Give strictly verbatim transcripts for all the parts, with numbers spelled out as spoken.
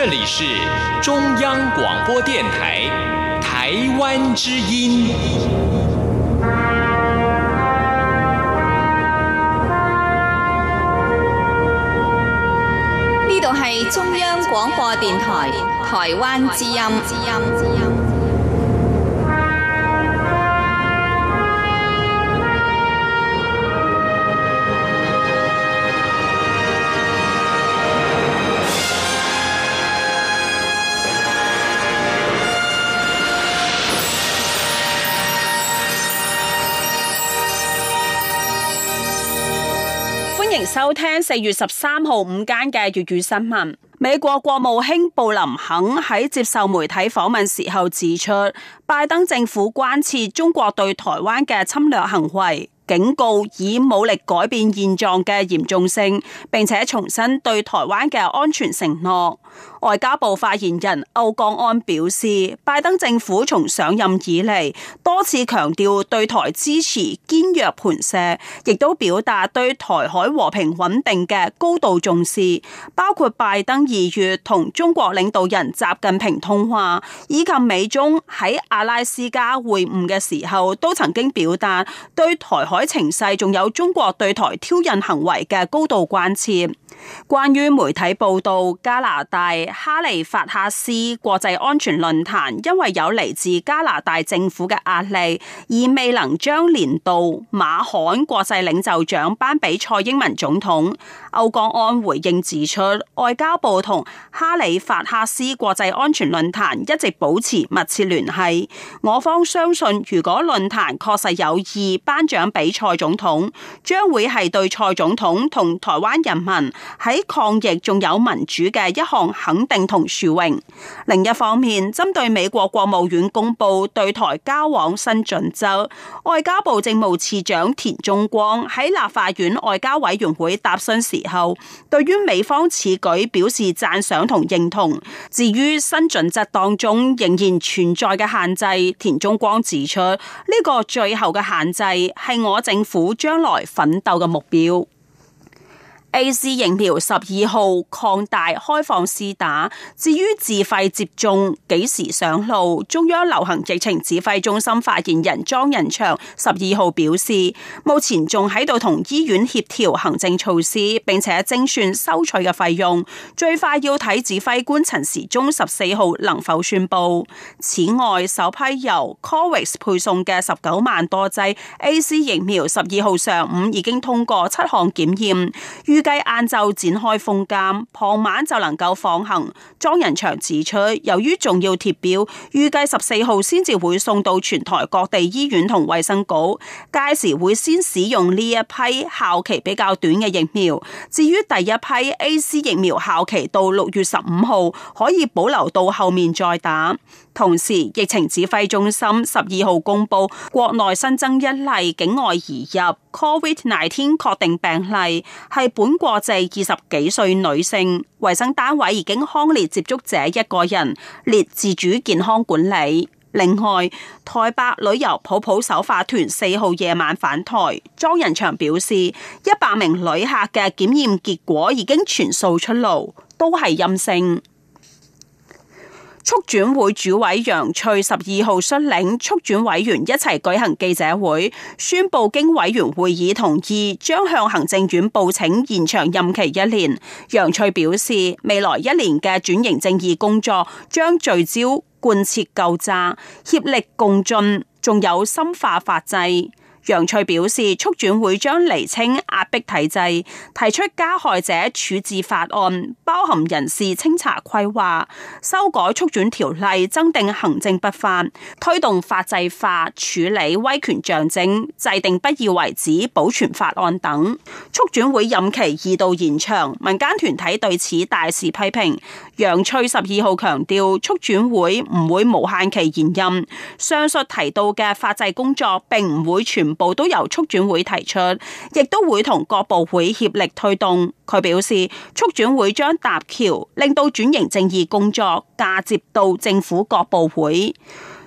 这里是中央广播电台台湾之音。 呢度係中央廣播電台台灣之音。歡迎收聽四月十三號午間嘅粵語新聞。美國國務卿布林肯喺接受媒體訪問時候指出，拜登政府關切中國對台灣嘅侵略行為，警告以武力改變現狀嘅嚴重性，並且重申對台灣嘅安全承諾。外交部發言人歐江安表示，拜登政府從上任以嚟多次強調對台支持堅若磐石，亦都表達對台海和平穩定嘅高度重視，包括拜登二月同中國領導人習近平通話，以及美中喺阿拉斯加會晤嘅時候，都曾經表達對台海情勢仲有中國對台挑釁行為嘅高度關切。關於媒體報道，加拿大哈利法克斯國際安全論壇因為有嚟自加拿大政府嘅壓力，而未能將年度馬侃國際領袖獎頒俾蔡英文總統。歐江安回應指出，外交部同哈利法克斯國際安全論壇一直保持密切聯繫，我方相信如果論壇確實有意頒獎俾蔡總統，將會係對蔡總統同台灣人民喺抗疫仲有民主嘅一項肯定同殊榮。另一方面，針對美國國務院公布對台交往新準則，外交部政務次長田中光喺立法院外交委員會答詢時候，對於美方此舉表示讚賞同認同。至於新準則當中仍然存在嘅限制，田中光指出，呢個最後嘅限制係我政府將來奮鬥嘅目標。A Z 疫苗十二號擴大開放施打，至於自費接種幾時上路，中央流行疫情指揮中心發言人莊人祥十二號表示，目前仲喺度同醫院協調行政措施，並且精算收取嘅費用，最快要睇指揮官陳時中十四號能否宣布。此外，首批由 COVAX 配送嘅十九萬多劑 A Z 疫苗十二號上午已經通過七項檢驗，預計晏晝展開封監，傍晚就能夠放行。莊人祥指出，由於仲要貼標，預計十四號先至會送到全台各地醫院同衛生局，屆時會先使用呢一批效期比較短嘅疫苗。至於第一批 A Z 疫苗效期到六月十五號，可以保留到後面再打。同時，疫情指揮中心十二號公布，國內新增一例境外移入 COVID 十九 確定病例，係本國籍二十幾歲女性，衛生單位已經匡列接觸者一個人，列自主健康管理。另外，台百旅遊泡泡首發團四號夜晚返台，莊人祥表示，一百名旅客嘅檢驗結果已經全數出爐，都係陰性。促轉會主委楊翠十二號率領促轉委員一齊舉行記者會，宣布經委員會議同意，將向行政院報請延長任期一年。楊翠表示，未來一年嘅轉型正義工作將聚焦貫徹究責，協力共進，仲有深化法制。楊翠表示，促轉會將釐清壓迫體制，提出加害者處置法案，包含人事清查規劃，修改促轉條例，增訂行政筆法，推動法制化處理威權象徵，制定不義為止保全法案等。促轉會任期二度延長，民間團體對此大肆批評。楊翠十二號強調，促轉會唔會無限期延任，上述提到嘅法制工作並唔會全部都由促轉會提出，亦都會同各部會協力推動。佢表示，促轉會將搭橋，令到轉型正義工作嫁接到政府各部會。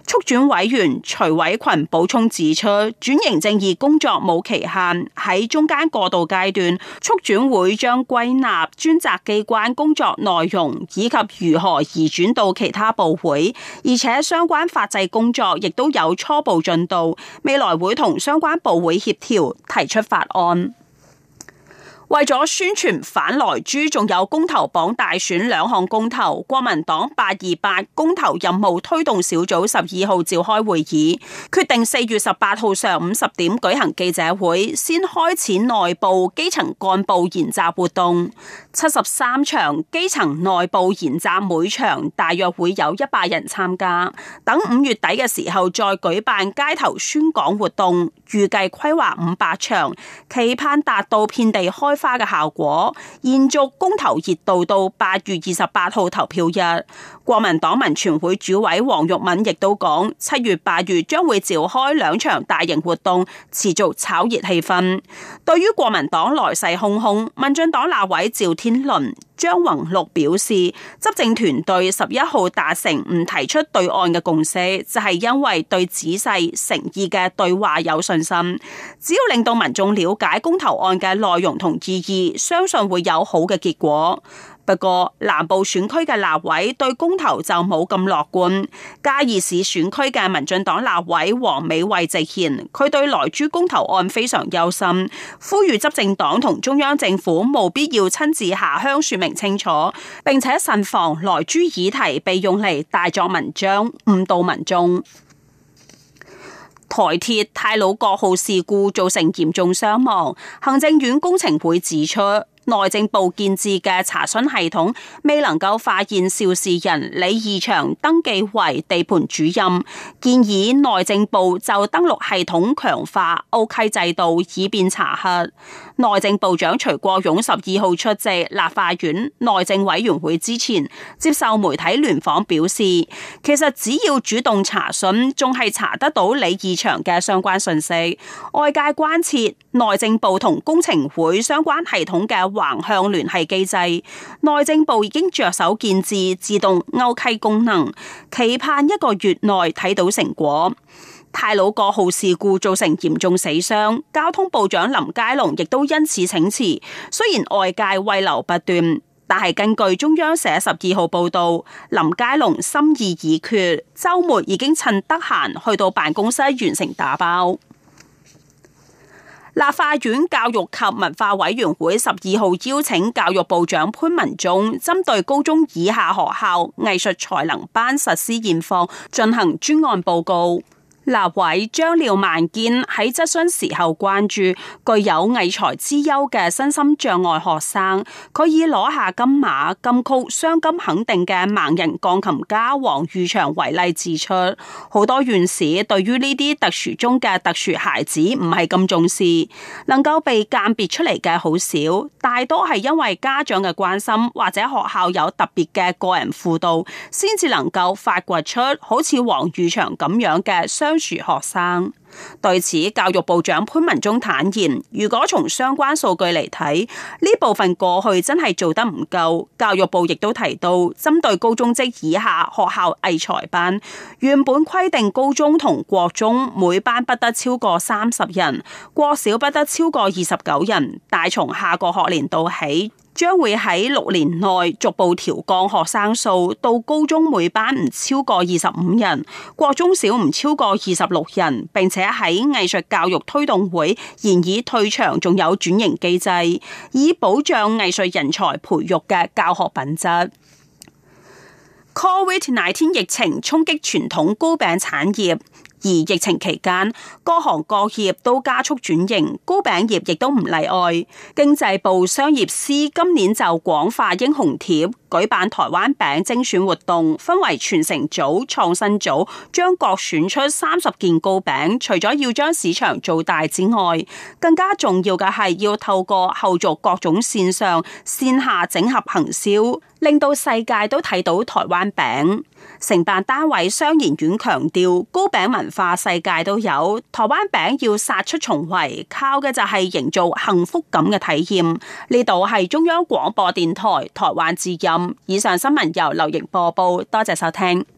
促轉委員徐偉群補充指出，轉型正義工作冇期限，喺中間過渡階段，促轉會將歸納專責機關工作內容以及如何移轉到其他部會，而且相關法制工作亦都有初步進度，未來會同相關部會協調提出法案。為咗宣傳反萊豬，仲有公投綁大選兩項公投，國民黨八二八公投任務推動小組十二號召開會議，決定四月十八號上午十點舉行記者會，先開始內部基層幹部研習活動。七十三場基層內部研習，每場大約會有一百人參加，等五月底嘅時候再舉辦街頭宣講活動，預計規劃五百場，期盼達到遍地開花嘅效果，延續公投熱度到八月二十八號投票日。國民黨民權會主委黃玉敏亦都講，七月八月將會召開兩場大型活動，持續炒熱氣氛。對於國民黨來勢洶洶，民進黨立委趙天麟、張宏陸表示，執政團隊十一號達成唔提出對案嘅共識，就係因為對仔細誠意嘅對話有信心。只要令到民眾了解公投案嘅內容同意義，相信會有好嘅結果。不過南部選區嘅立委對公投就冇咁樂觀。嘉義市選區嘅民進黨立委黃美惠直言，佢對萊豬公投案非常憂心，呼籲執政黨同中央政府務必要親自下鄉說明清楚，並且慎防萊豬議題被用嚟大作文章，誤導民眾。台鐵太魯閣號事故造成嚴重傷亡，行政院工程會指出，內政部建置嘅查詢系統未能夠發現肇事人李義祥登記為地盤主任，建議內政部就登錄系統強化 O K 制度，以便查核。內政部長徐國勇十二號出席立法院內政委員會之前，接受媒體聯訪表示，其實只要主動查詢，仲係查得到李義祥嘅相關訊息。外界關切內政部同工程會相關系統嘅橫向聯繫機制，內政部已經着手建置自動勾稽功能，期盼一個月內睇到成果。太魯閣號事故造成嚴重死傷，交通部長林佳龍亦都因此請辭。雖然外界慰留不斷，但係根據中央社十二號報道，林佳龍心意已決，週末已經趁得閒去到辦公室完成打包。立法院教育及文化委員會十二號邀請教育部長潘文忠針對高中以下學校藝術才能班實施現況進行專案報告。立委張廖萬堅喺質詢時候關注具有藝才之優嘅身心障礙學生，佢以攞下金馬、金曲雙金肯定嘅盲人鋼琴家黃裕祥為例指出，好多縣市對於呢啲特殊中嘅特殊孩子唔係咁重視，能夠被鑑別出嚟嘅好少，大多係因為家長嘅關心或者學校有特別嘅個人輔導，先至能夠發掘出好似黃裕祥咁樣嘅雙殊學生。對此，教育部長潘文忠坦言，如果從相關數據嚟睇，呢部分過去真係做得唔夠。教育部亦都提到，針對高中職以下學校藝才班，原本規定高中同國中每班不得超過三十人，國小不得超過二十九人，但從下個學年度起，將會喺六年內逐步調降學生數，到高中每班唔超過二十五人，國中小唔超過二十六人，並且喺藝術教育推動會研議退場，仲有轉型機制，以保障藝術人才培育嘅教學品質。Covid 十九 疫情衝擊傳統糕餅產業。而疫情期間，各行各業都加速轉型，糕餅業亦都唔例外。經濟部商業司今年就廣發英雄帖，舉辦台灣餅精選活動，分為傳承組、創新組，將各選出三十件糕餅。除咗要將市場做大之外，更加重要嘅係要透過後續各種線上、線下整合行銷，令到世界都睇到台灣餅。承辦單位商研院強調，糕餅文化世界都有，台灣餅要殺出重圍，靠嘅就係營造幸福感嘅體驗。呢度係中央廣播電台台灣之音。以上新聞由劉瑩播報，多謝收聽。